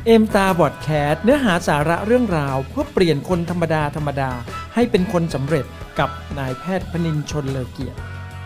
เอมตาบอดแคสต์เนื้อหาสาระเรื่องราวเพื่อเปลี่ยนคนธรรมดาให้เป็นคนสำเร็จกับนายแพทย์พนินทร์ ชลเลอเกียรติ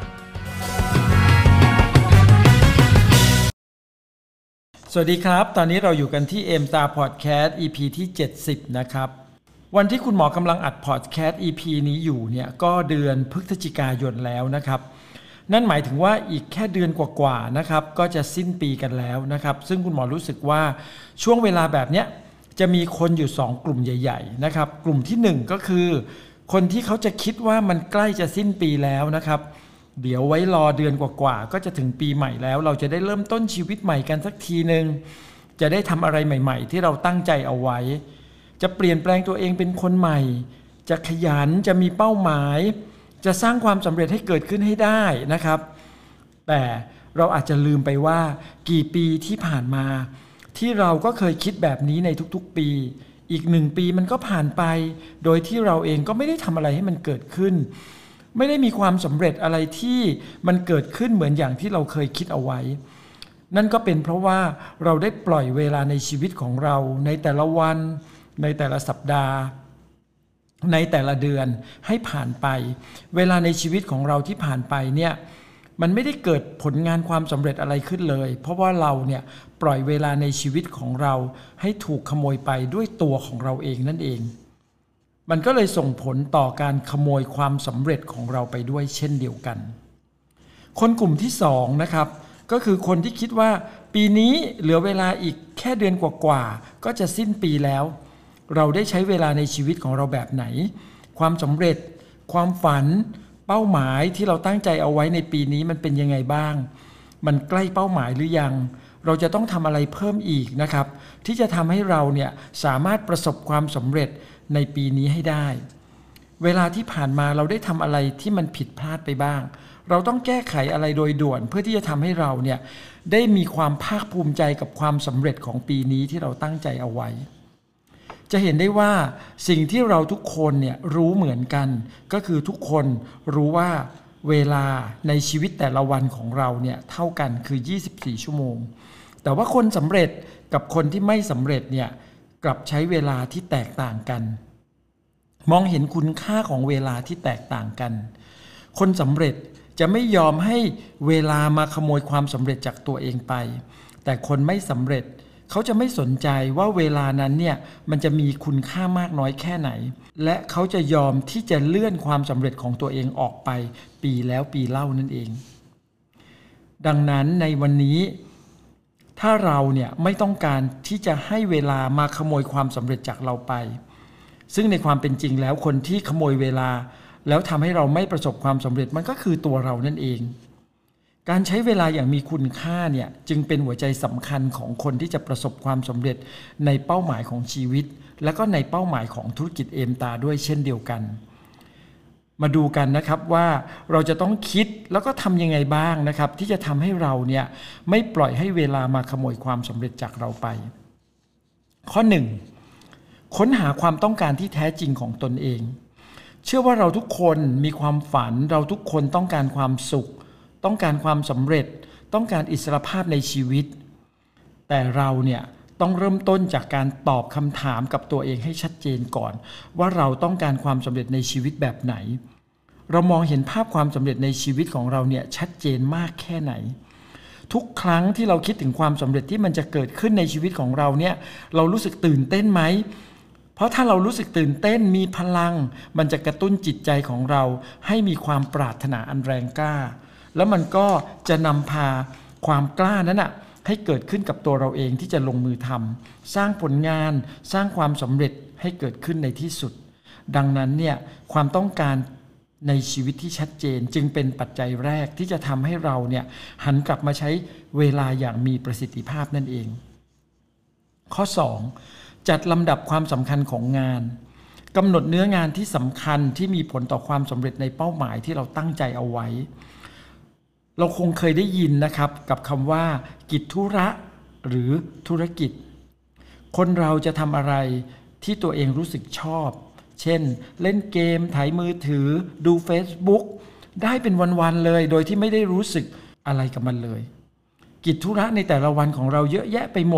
สวัสดีครับตอนนี้เราอยู่กันที่เอมตาพอดแคสต์ EP ที่70นะครับวันที่คุณหมอกำลังอัดพอดแคสต์ EP นี้อยู่เนี่ยก็เดือนพฤศจิกายนแล้วนะครับนั่นหมายถึงว่าอีกแค่เดือนกว่าๆนะครับก็จะสิ้นปีกันแล้วนะครับซึ่งคุณหมอรู้สึกว่าช่วงเวลาแบบเนี้ยจะมีคนอยู่2กลุ่มใหญ่ๆนะครับกลุ่มที่1ก็คือคนที่เขาจะคิดว่ามันใกล้จะสิ้นปีแล้วนะครับเดี๋ยวไว้รอเดือนกว่าๆก็จะถึงปีใหม่แล้วเราจะได้เริ่มต้นชีวิตใหม่กันสักทีนึงจะได้ทำอะไรใหม่ๆที่เราตั้งใจเอาไว้จะเปลี่ยนแปลงตัวเองเป็นคนใหม่จะขยันจะมีเป้าหมายจะสร้างความสำเร็จให้เกิดขึ้นให้ได้นะครับแต่เราอาจจะลืมไปว่ากี่ปีที่ผ่านมาที่เราก็เคยคิดแบบนี้ในทุกๆปีอีก1ปีมันก็ผ่านไปโดยที่เราเองก็ไม่ได้ทำอะไรให้มันเกิดขึ้นไม่ได้มีความสำเร็จอะไรที่มันเกิดขึ้นเหมือนอย่างที่เราเคยคิดเอาไว้นั่นก็เป็นเพราะว่าเราได้ปล่อยเวลาในชีวิตของเราในแต่ละวันในแต่ละสัปดาห์ในแต่ละเดือนให้ผ่านไปเวลาในชีวิตของเราที่ผ่านไปเนี่ยมันไม่ได้เกิดผลงานความสำเร็จอะไรขึ้นเลยเพราะว่าเราเนี่ยปล่อยเวลาในชีวิตของเราให้ถูกขโมยไปด้วยตัวของเราเองนั่นเองมันก็เลยส่งผลต่อการขโมยความสำเร็จของเราไปด้วยเช่นเดียวกันคนกลุ่มที่2นะครับก็คือคนที่คิดว่าปีนี้เหลือเวลาอีกแค่เดือนกว่าๆก็จะสิ้นปีแล้วเราได้ใช้เวลาในชีวิตของเราแบบไหนความสำเร็จความฝันเป้าหมายที่เราตั้งใจเอาไว้ในปีนี้มันเป็นยังไงบ้างมันใกล้เป้าหมายหรือยังเราจะต้องทำอะไรเพิ่มอีกนะครับที่จะทำให้เราเนี่ยสามารถประสบความสำเร็จในปีนี้ให้ได้เวลาที่ผ่านมาเราได้ทำอะไรที่มันผิดพลาดไปบ้างเราต้องแก้ไขอะไรโดยด่วนเพื่อที่จะทำให้เราเนี่ยได้มีความภาคภูมิใจกับความสำเร็จของปีนี้ที่เราตั้งใจเอาไว้จะเห็นได้ว่าสิ่งที่เราทุกคนเนี่ยรู้เหมือนกันก็คือทุกคนรู้ว่าเวลาในชีวิตแต่ละวันของเราเนี่ยเท่ากันคือ24ชั่วโมงแต่ว่าคนสำเร็จกับคนที่ไม่สำเร็จเนี่ยกลับใช้เวลาที่แตกต่างกันมองเห็นคุณค่าของเวลาที่แตกต่างกันคนสำเร็จจะไม่ยอมให้เวลามาขโมยความสำเร็จจากตัวเองไปแต่คนไม่สำเร็จเขาจะไม่สนใจว่าเวลานั้นเนี่ยมันจะมีคุณค่ามากน้อยแค่ไหนและเขาจะยอมที่จะเลื่อนความสำเร็จของตัวเองออกไปปีแล้วปีเล่านั่นเองดังนั้นในวันนี้ถ้าเราเนี่ยไม่ต้องการที่จะให้เวลามาขโมยความสำเร็จจากเราไปซึ่งในความเป็นจริงแล้วคนที่ขโมยเวลาแล้วทำให้เราไม่ประสบความสำเร็จมันก็คือตัวเรานั่นเองการใช้เวลาอย่างมีคุณค่าเนี่ยจึงเป็นหัวใจสำคัญของคนที่จะประสบความสำเร็จในเป้าหมายของชีวิตและก็ในเป้าหมายของธุรกิจเอมตาด้วยเช่นเดียวกันมาดูกันนะครับว่าเราจะต้องคิดแล้วก็ทำยังไงบ้างนะครับที่จะทำให้เราเนี่ยไม่ปล่อยให้เวลามาขโมยความสำเร็จจากเราไปข้อ1ค้นหาความต้องการที่แท้จริงของตนเองเชื่อว่าเราทุกคนมีความฝันเราทุกคนต้องการความสุขต้องการความสำเร็จต้องการอิสรภาพในชีวิตแต่เราเนี่ยต้องเริ่มต้นจากการตอบคำถามกับตัวเองให้ชัดเจนก่อนว่าเราต้องการความสำเร็จในชีวิตแบบไหนเรามองเห็นภาพความสำเร็จในชีวิตของเราเนี่ยชัดเจนมากแค่ไหนทุกครั้งที่เราคิดถึงความสำเร็จที่มันจะเกิดขึ้นในชีวิตของเราเนี่ยเรารู้สึกตื่นเต้นไหมเพราะถ้าเรารู้สึกตื่นเต้นมีพลังมันจะกระตุ้นจิตใจของเราให้มีความปรารถนาอันแรงกล้าแล้วมันก็จะนำพาความกล้านั้นให้เกิดขึ้นกับตัวเราเองที่จะลงมือทำสร้างผลงานสร้างความสำเร็จให้เกิดขึ้นในที่สุดดังนั้นเนี่ยความต้องการในชีวิตที่ชัดเจนจึงเป็นปัจจัยแรกที่จะทำให้เราเนี่ยหันกลับมาใช้เวลาอย่างมีประสิทธิภาพนั่นเองข้อ2จัดลำดับความสำคัญของงานกำหนดเนื้องานที่สำคัญที่มีผลต่อความสำเร็จในเป้าหมายที่เราตั้งใจเอาไว้เราคงเคยได้ยินนะครับกับคำว่ากิจธุระหรือธุรกิจคนเราจะทำอะไรที่ตัวเองรู้สึกชอบเช่นเล่นเกมถ่ายมือถือดู Facebook ได้เป็นวันๆเลยโดยที่ไม่ได้รู้สึกอะไรกับมันเลยกิจธุระในแต่ละวันของเราเยอะแยะไปหมด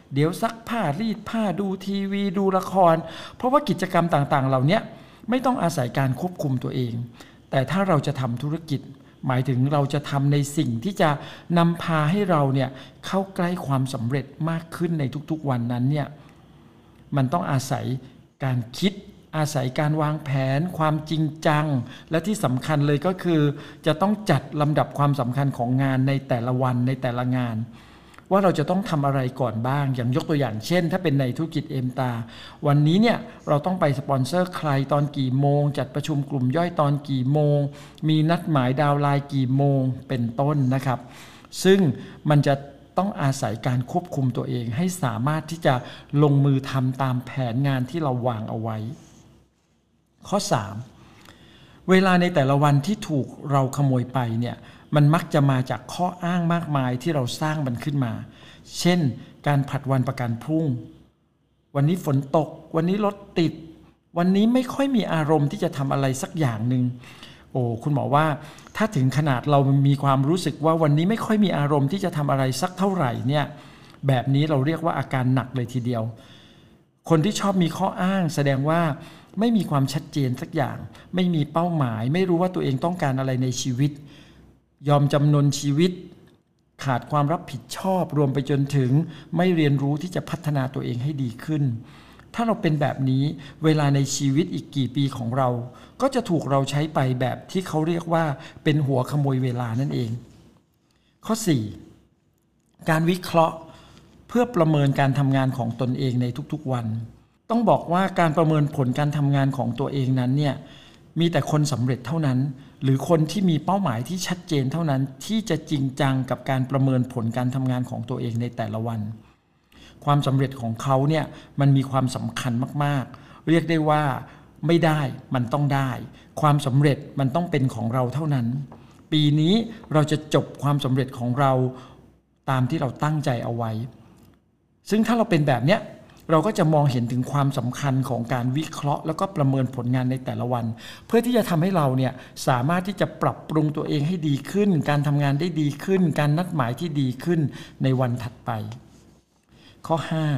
เดี๋ยวซักผ้ารีดผ้าดูทีวีดูละครเพราะว่ากิจกรรมต่างๆเหล่านี้ไม่ต้องอาศัยการควบคุมตัวเองแต่ถ้าเราจะทำธุรกิจหมายถึงเราจะทำในสิ่งที่จะนำพาให้เราเนี่ยเข้าใกล้ความสำเร็จมากขึ้นในทุกๆวันนั้นเนี่ยมันต้องอาศัยการคิดอาศัยการวางแผนความจริงจังและที่สำคัญเลยก็คือจะต้องจัดลำดับความสำคัญของงานในแต่ละวันในแต่ละงานว่าเราจะต้องทำอะไรก่อนบ้างอย่างยกตัวอย่างเช่นถ้าเป็นในธุรกิจเอมตาวันนี้เนี่ยเราต้องไปสปอนเซอร์ใครตอนกี่โมงจัดประชุมกลุ่มย่อยตอนกี่โมงมีนัดหมายดาวน์ไลน์กี่โมงเป็นต้นนะครับซึ่งมันจะต้องอาศัยการควบคุมตัวเองให้สามารถที่จะลงมือทำตามแผนงานที่เราวางเอาไว้ข้อ 3 เวลาในแต่ละวันที่ถูกเราขโมยไปเนี่ยมันมักจะมาจากข้ออ้างมากมายที่เราสร้างมันขึ้นมาเช่นการผัดวันประกันพรุ่งวันนี้ฝนตกวันนี้รถติดวันนี้ไม่ค่อยมีอารมณ์ที่จะทำอะไรสักอย่างหนึ่งโอ้คุณหมอว่าถ้าถึงขนาดเรามีความรู้สึกว่าวันนี้ไม่ค่อยมีอารมณ์ที่จะทำอะไรสักเท่าไหร่เนี่ยแบบนี้เราเรียกว่าอาการหนักเลยทีเดียวคนที่ชอบมีข้ออ้างแสดงว่าไม่มีความชัดเจนสักอย่างไม่มีเป้าหมายไม่รู้ว่าตัวเองต้องการอะไรในชีวิตยอมจำนนชีวิตขาดความรับผิดชอบรวมไปจนถึงไม่เรียนรู้ที่จะพัฒนาตัวเองให้ดีขึ้นถ้าเราเป็นแบบนี้เวลาในชีวิตอีกกี่ปีของเราก็จะถูกเราใช้ไปแบบที่เขาเรียกว่าเป็นหัวขโมยเวลานั่นเองข้อ 4 การวิเคราะห์เพื่อประเมินการทำงานของตนเองในทุกๆวันต้องบอกว่าการประเมินผลการทำงานของตัวเองนั้นเนี่ยมีแต่คนสำเร็จเท่านั้นหรือคนที่มีเป้าหมายที่ชัดเจนเท่านั้นที่จะจริงจังกับการประเมินผลการทำงานของตัวเองในแต่ละวันความสำเร็จของเขาเนี่ยมันมีความสำคัญมากๆเรียกได้ว่าไม่ได้มันต้องได้ความสำเร็จมันต้องเป็นของเราเท่านั้นปีนี้เราจะจบความสำเร็จของเราตามที่เราตั้งใจเอาไว้ซึ่งถ้าเราเป็นแบบเนี้ยเราก็จะมองเห็นถึงความสำคัญของการวิเคราะห์แล้วก็ประเมินผลงานในแต่ละวันเพื่อที่จะทำให้เราเนี่ยสามารถที่จะปรับปรุงตัวเองให้ดีขึ้นการทำงานได้ดีขึ้นการนัดหมายที่ดีขึ้นในวันถัดไปข้อ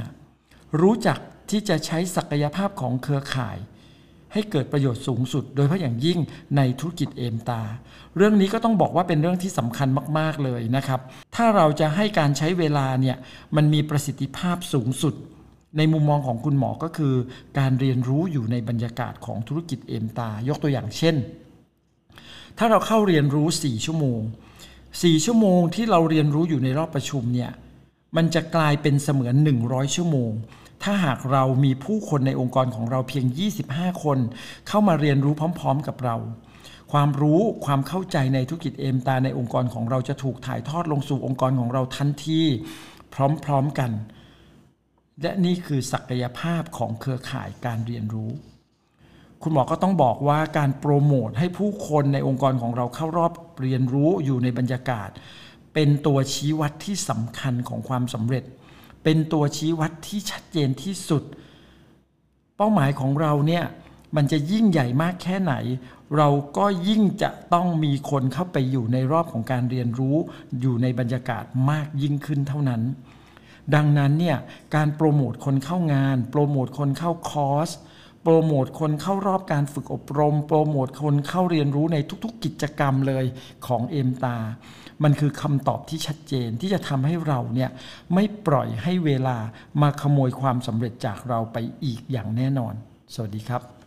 5 รู้จักที่จะใช้ศักยภาพของเครือข่ายให้เกิดประโยชน์สูงสุดโดยเฉพาะอย่างยิ่งในธุรกิจเอมตาเรื่องนี้ก็ต้องบอกว่าเป็นเรื่องที่สำคัญมากๆเลยนะครับถ้าเราจะให้การใช้เวลาเนี่ยมันมีประสิทธิภาพสูงสุดในมุมมองของคุณหมอก็คือการเรียนรู้อยู่ในบรรยากาศของธุรกิจเอมตายกตัวอย่างเช่นถ้าเราเข้าเรียนรู้4 ชั่วโมง4 ชั่วโมงที่เราเรียนรู้อยู่ในรอบประชุมเนี่ยมันจะกลายเป็นเสมือน100 ชั่วโมงถ้าหากเรามีผู้คนในองค์กรของเราเพียง25 คนเข้ามาเรียนรู้พร้อมๆกับเราความรู้ความเข้าใจในธุรกิจเอมตาในองค์กรของเราจะถูกถ่ายทอดลงสู่องค์กรของเราทันทีพร้อมๆกันและนี่คือศักยภาพของเครือข่ายการเรียนรู้คุณหมอก็ต้องบอกว่าการโปรโมทให้ผู้คนในองค์กรของเราเข้ารอบเรียนรู้อยู่ในบรรยากาศเป็นตัวชี้วัดที่สำคัญของความสำเร็จเป็นตัวชี้วัดที่ชัดเจนที่สุดเป้าหมายของเราเนี่ยมันจะยิ่งใหญ่มากแค่ไหนเราก็ยิ่งจะต้องมีคนเข้าไปอยู่ในรอบของการเรียนรู้อยู่ในบรรยากาศมากยิ่งขึ้นเท่านั้นดังนั้นเนี่ยการโปรโมทคนเข้างานโปรโมทคนเข้าคอร์สโปรโมทคนเข้ารอบการฝึกอบรมโปรโมทคนเข้าเรียนรู้ในทุกๆกิจกรรมเลยของเอมตามันคือคำตอบที่ชัดเจนที่จะทำให้เราเนี่ยไม่ปล่อยให้เวลามาขโมยความสำเร็จจากเราไปอีกอย่างแน่นอนสวัสดีครับ